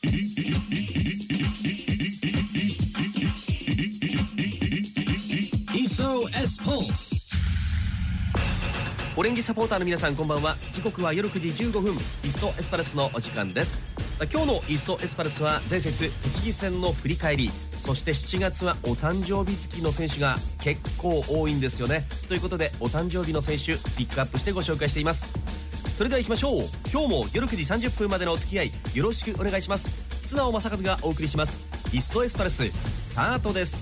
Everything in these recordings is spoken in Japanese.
SOS Pulse。オレンジサポーターの皆さんこんばんは。時刻は夜9時15分、いっそエスパルスのお時間です。今日のいっそエスパルスは前節栃木戦の振り返り、そして7月はお誕生日月の選手が結構多いんですよね。ということでお誕生日の選手ピックアップしてご紹介しています。それでは行きましょう。今日も夜9時30分までのお付き合いよろしくお願いします。綱尾正和がお送りします。いっそエスパルススタートです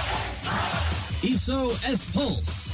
。SOS Pulse。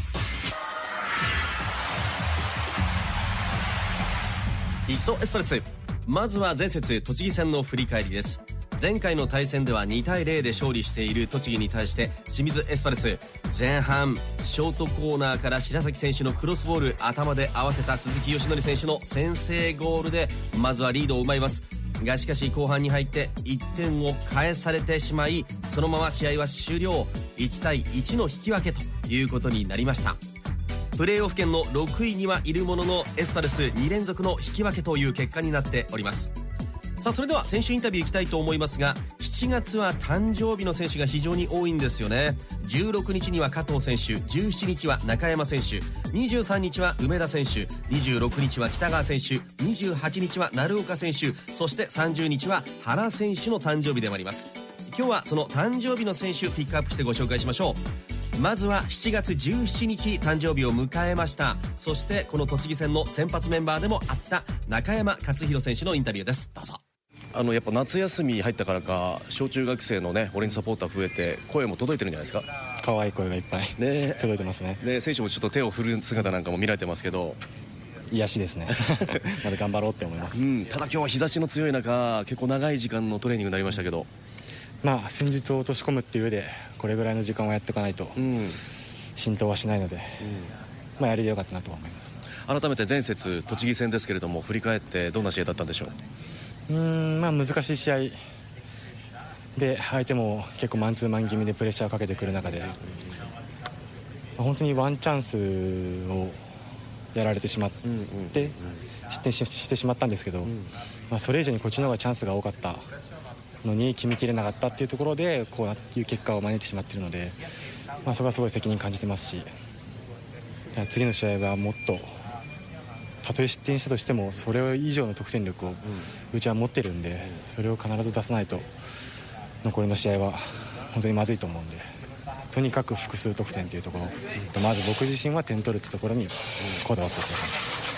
いっそエスパルス、まずは前節栃木戦の振り返りです。前回の対戦では2対0で勝利している栃木に対して清水エスパルス、前半ショートコーナーから白崎選手のクロスボール頭で合わせた鈴木義則選手の先制ゴールでまずはリードを奪いますが、しかし後半に入って1点を返されてしまい、そのまま試合は終了、1対1の引き分けということになりました。プレーオフ圏の6位にはいるもののエスパルス2連続の引き分けという結果になっております。さあそれでは選手インタビューいきたいと思いますが、7月は誕生日の選手が非常に多いんですよね。16日には加藤選手、17日は中山選手、23日は梅田選手、26日は北川選手、28日は鳴岡選手、そして30日は原選手の誕生日でもあります。今日はその誕生日の選手ピックアップしてご紹介しましょう。まずは7月17日誕生日を迎えました。そしてこの栃木戦の先発メンバーでもあった中山勝弘選手のインタビューです。どうぞ。 やっぱ夏休み入ったからか小中学生のねオレンジサポーター増えて声も届いてるんじゃないですか。 可愛い声がいっぱい、ね、届いてますね。 で選手もちょっと手を振る姿なんかも見られてますけど、 癒しですねまだ頑張ろうって思います、 ただ今日は日差しの強い中結構長い時間のトレーニングになりましたけど、 戦術を落とし込むっていう上でこれぐらいの時間をやっていかないと浸透はしないので、やりでよかったなと思います。 改めて前節栃木戦ですけれども振り返ってどんな試合だったんでしょう。 難しい試合で相手も結構マンツーマン気味でプレッシャーをかけてくる中で、本当にワンチャンスをやられてしまって失点してしまったんですけど、それ以上にこっちの方がチャンスが多かったのに決めきれなかったっていうところでこういう結果を招いてしまっているので、そこはすごい責任感じてますし、次の試合はもっとたとえ失点したとしてもそれ以上の得点力をうちは持ってるんで、それを必ず出さないと残りの試合は本当にまずいと思うんで、とにかく複数得点というところ、まず僕自身は点取るってところにこだわっていきたいと思います。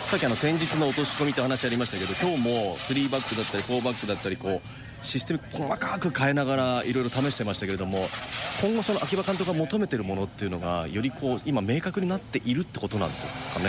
さっき先日の落とし込みって話ありましたけど、今日も3バックだったり4バックだったりシステム細かく変えながらいろいろ試してましたけれども、今後その秋葉監督が求めてるものっていうのがより今明確になっているってことなんですかね。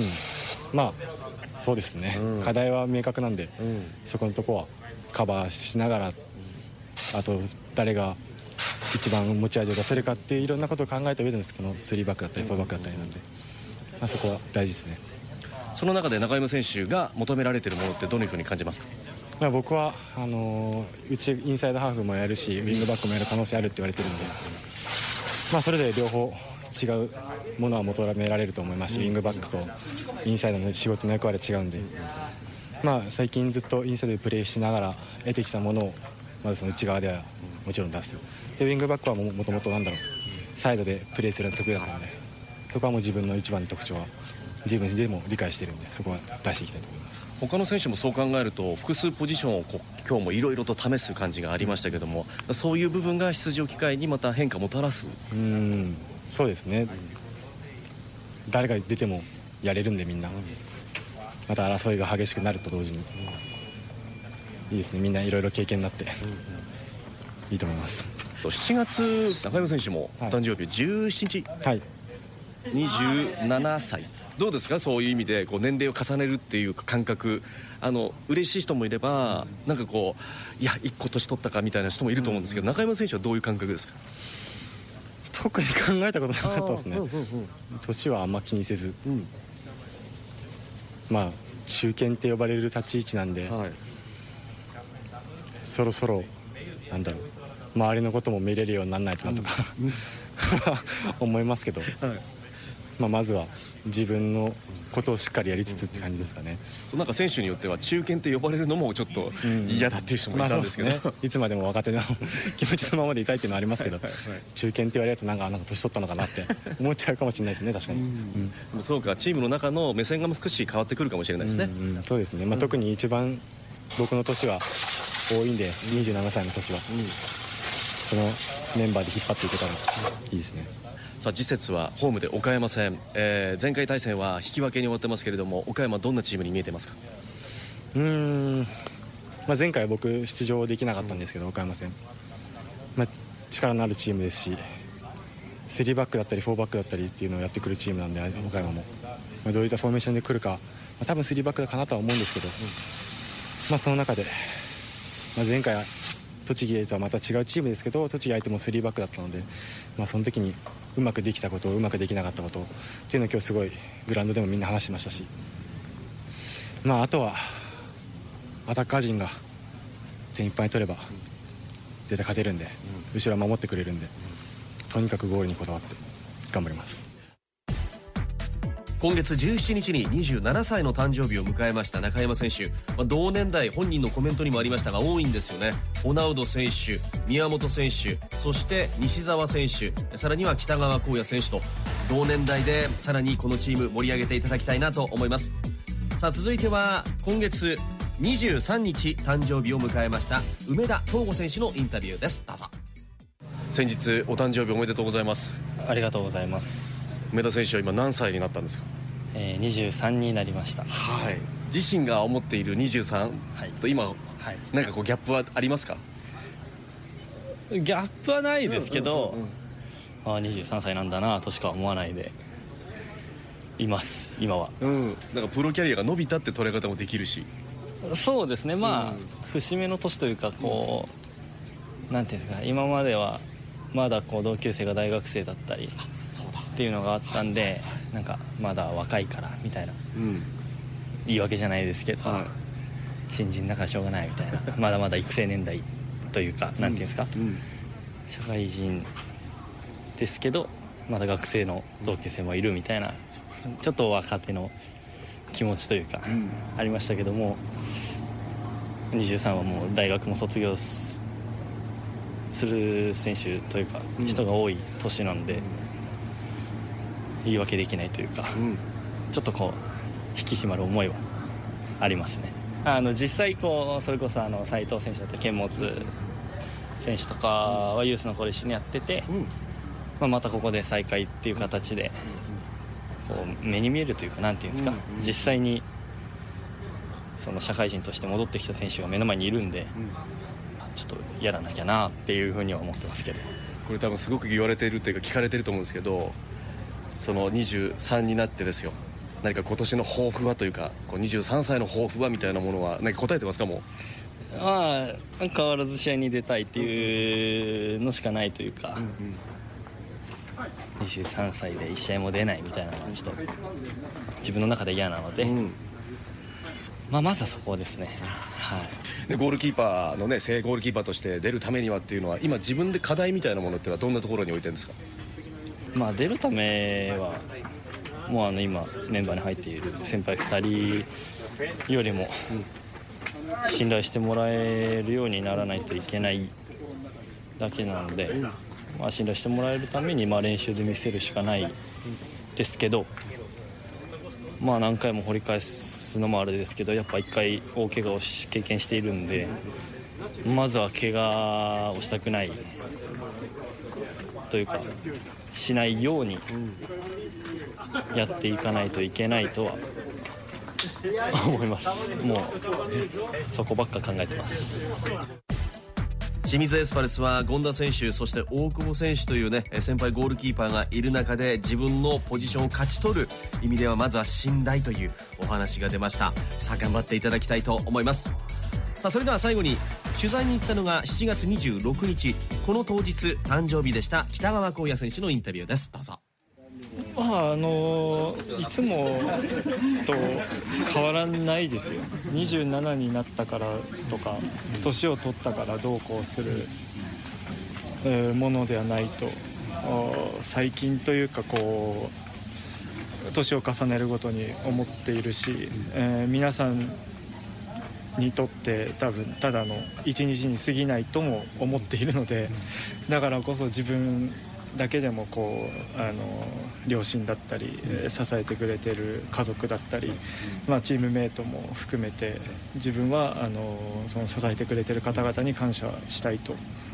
そうですね、課題は明確なんで、そこのとこはカバーしながら、あと誰が一番持ち味を出せるかっていういろんなことを考えた上でのこの3バックだったり4バックだったりなんで、そこは大事ですね。 その中で中山選手が求められているものってどのように感じますか。 僕はうちインサイドハーフもやるしウィングバックもやる可能性あるって言われてるんで、それで両方違うものは求められると思いますし、ウィングバックとインサイドの仕事の役割は違うんで、最近ずっとインサイドでプレーしながら得てきたものをまずその内側ではもちろん出す。でウィングバックはもともとサイドでプレーするのが得意だったので、そこはもう自分の一番の特徴は自分でも理解してるんで、そこは出していきたいと思います。 他の選手もそう考えると複数ポジションを今日もいろいろと試す感じがありましたけども、そういう部分が出場機会にまた変化をもたらす。 そうですね、誰が出てもやれるんでみんな、また争いが激しくなると同時に、いいですね、みんないろいろ経験になっていいと思います。 7月中山選手も誕生日17日、27歳どうですか。そういう意味で年齢を重ねるっていう感覚、嬉しい人もいればいや1個年取ったかみたいな人もいると思うんですけど、中山選手はどういう感覚ですか。 特に考えたことなかったですね。年はあんま気にせず、中堅って呼ばれる立ち位置なんで、そろそろ周りのことも見れるようにならないとなとか思いますけど、まずは自分のことをしっかりやりつつって感じですかね。 なんか選手によっては中堅って呼ばれるのもちょっと嫌だっていう人もいたんですけど、 ね、いつまでも若手の気持ちのままでいたいっていうのはありますけど中堅って言われるとなんか年取ったのかなって思っちゃうかもしれないですね。確かに、 そうか、チームの中の目線が少し変わってくるかもしれないですね。 そうですね、特に一番僕の年は多いんで27歳の年は、そのメンバーで引っ張っていけたらいいですね。 さあ次節はホームで岡山戦、前回対戦は引き分けに終わってますけれども、岡山どんなチームに見えてますか？ 前回は僕出場できなかったんですけど、岡山戦、力のあるチームですし、3バックだったり4バックだったりっていうのをやってくるチームなんで、岡山も、どういったフォーメーションで来るか、多分3バックかなとは思うんですけど、その中で、前回は栃木とはまた違うチームですけど、栃木相手も3バックだったので、その時にうまくできたこと、うまくできなかったことっていうのを今日すごいグラウンドでもみんな話してましたし、あとはアタッカー陣が点いっぱい取れば絶対勝てるんで、後ろは守ってくれるんで、とにかくゴールにこだわって頑張ります。 今月17日に27歳の誕生日を迎えました中山選手、同年代、本人のコメントにもありましたが多いんですよね。ホナウド選手、宮本選手、そして西澤選手、さらには北川浩也選手と同年代でさらにこのチーム盛り上げていただきたいなと思います。さあ続いては今月23日誕生日を迎えました梅田東吾選手のインタビューです。どうぞ。 先日お誕生日おめでとうございます。 ありがとうございます。 梅田選手は今何歳になったんですか ？23になりました。 はい。自身が思っている23と今、なんかこうギャップはありますか？ ギャップはないですけど、23歳なんだなとしか思わないでいます今は。 なんかプロキャリアが伸びたって捉え方もできるし。 そうですね、節目の年というかこう、なんていうんですか、今まではまだこう同級生が大学生だったりっていうのがあったんで、なんかまだ若いからみたいな、言い訳じゃないですけど、新人だからしょうがないみたいなまだまだ育成年代というか、なんていうんですか、社会人ですけどまだ学生の同級生もいるみたいな、ちょっと若手の気持ちというか、ありましたけども、23はもう大学も卒業する選手というか、人が多い年なんで、言い訳できないというか、ちょっとこう引き締まる思いはありますね。実際こうそれこそ斉藤選手だったり堅物選手とかはユースの頃一緒にやってて、またここで再会っていう形でこう目に見えるというか、なんていうんですか、実際にその社会人として戻ってきた選手が目の前にいるんで、ちょっとやらなきゃなっていうふうには思ってますけど。 これ多分すごく言われているっていうか聞かれてると思うんですけど、その23になってですよ、何か今年の抱負はというか、こう23歳の抱負はみたいなものは何か答えてますか？もう変わらず試合に出たいっていうのしかないというか、23歳で1試合も出ないみたいなのはちょっと自分の中で嫌なので、まずはそこですね。 でゴールキーパーのね、正ゴールキーパーとして出るためにはっていうのは、今自分で課題みたいなものっていうのはどんなところに置いてるんですか？ 出るためはもう今メンバーに入っている先輩2人よりも信頼してもらえるようにならないといけないだけなので、信頼してもらえるために練習で見せるしかないですけど、何回も掘り返すのもあれですけど、やっぱ1回大怪我を経験しているんで、まずは怪我をしたくないというか、しないようにやっていかないといけないとは思います。もうそこばっか考えてます。 清水エスパルスは権田選手、そして大久保選手というね先輩ゴールキーパーがいる中で、自分のポジションを勝ち取る意味ではまずは信頼というお話が出ました。さあ頑張っていただきたいと思います。さあそれでは最後に、取材に行ったのが7月26日、この当日誕生日でした北川浩也選手のインタビューです。どうぞ。 いつもと変わらないですよ。27になったからとか年を取ったからどうこうするものではないと、最近というかこう年を重ねるごとに思っているし、皆さんにとって多分ただの一日に過ぎないとも思っているので、だからこそ自分だけでもこう両親だったり、支えてくれてる家族だったり、チームメイトも含めて自分はその支えてくれてる方々に感謝したいと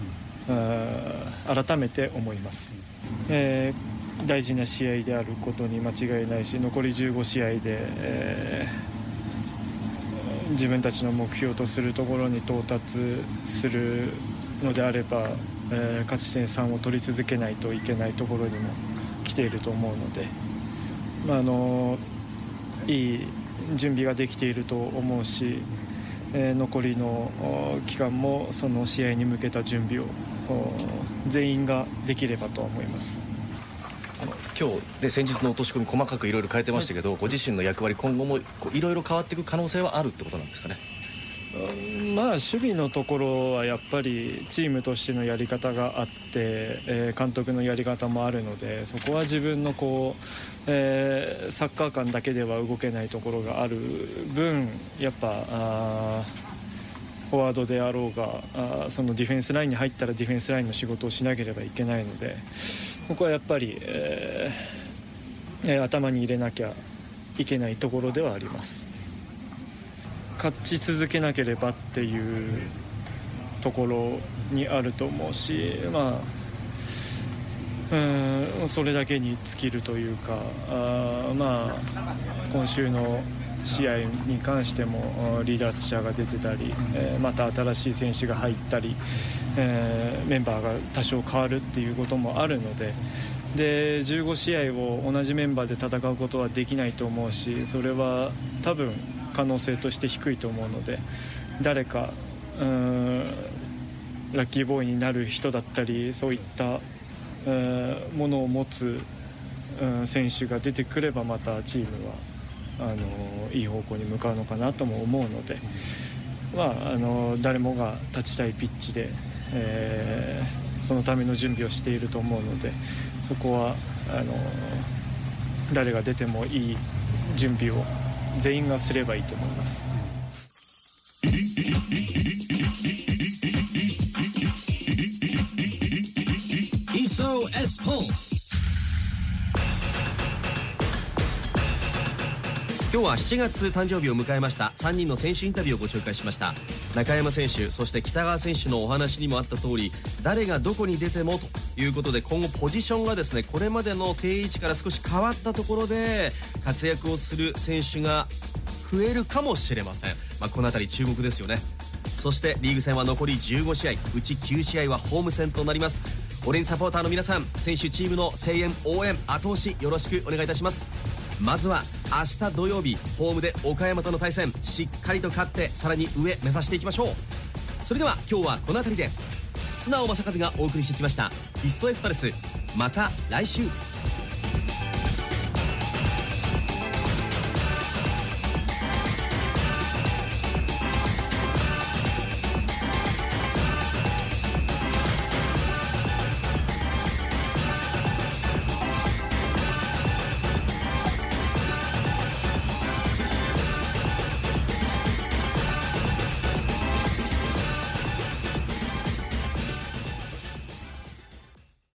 改めて思います。大事な試合であることに間違いないし、残り15試合で、自分たちの目標とするところに到達するのであれば、勝ち点3を取り続けないといけないところにも来ていると思うので、いい準備ができていると思うし、残りの期間もその試合に向けた準備を全員ができればと思います。 今日で先日の落とし込み細かくいろいろ変えてましたけど、ご自身の役割今後もいろいろ変わっていく可能性はあるってことなんですかね。 守備のところはやっぱりチームとしてのやり方があって、監督のやり方もあるので、そこは自分のサッカー感だけでは動けないところがある分、やっぱフォワードであろうがそのディフェンスラインに入ったらディフェンスラインの仕事をしなければいけないので、ここはやっぱり、頭に入れなきゃいけないところではあります。勝ち続けなければっていうところにあると思うし、それだけに尽きるというか、今週の試合に関しても離脱者が出てたり、また新しい選手が入ったり、メンバーが多少変わるっていうこともあるので、15試合を同じメンバーで戦うことはできないと思うし、それは多分可能性として低いと思うので、誰かラッキーボーイになる人だったり、そういったものを持つ選手が出てくれば、またチームはいい方向に向かうのかなとも思うので、誰もが立ちたいピッチで、そのための準備をしていると思うので、そこは誰が出てもいい準備を全員がすればいいと思います。 SOS Pulse。今日は7月誕生日を迎えました3人の選手インタビューをご紹介しました。中山選手、そして北川選手のお話にもあった通り、誰がどこに出てもということで、今後ポジションがですね、これまでの定位置から少し変わったところで活躍をする選手が増えるかもしれません。このあたり注目ですよね。そしてリーグ戦は残り15試合、うち9試合はホーム戦となります。オレンジサポーターの皆さん、選手チームの声援応援後押しよろしくお願いいたします。まずは明日土曜日、ホームで岡山との対戦、しっかりと勝ってさらに上目指していきましょう。それでは今日はこの辺りで、素直正和がお送りしてきました「いっそエスパルス」。また来週。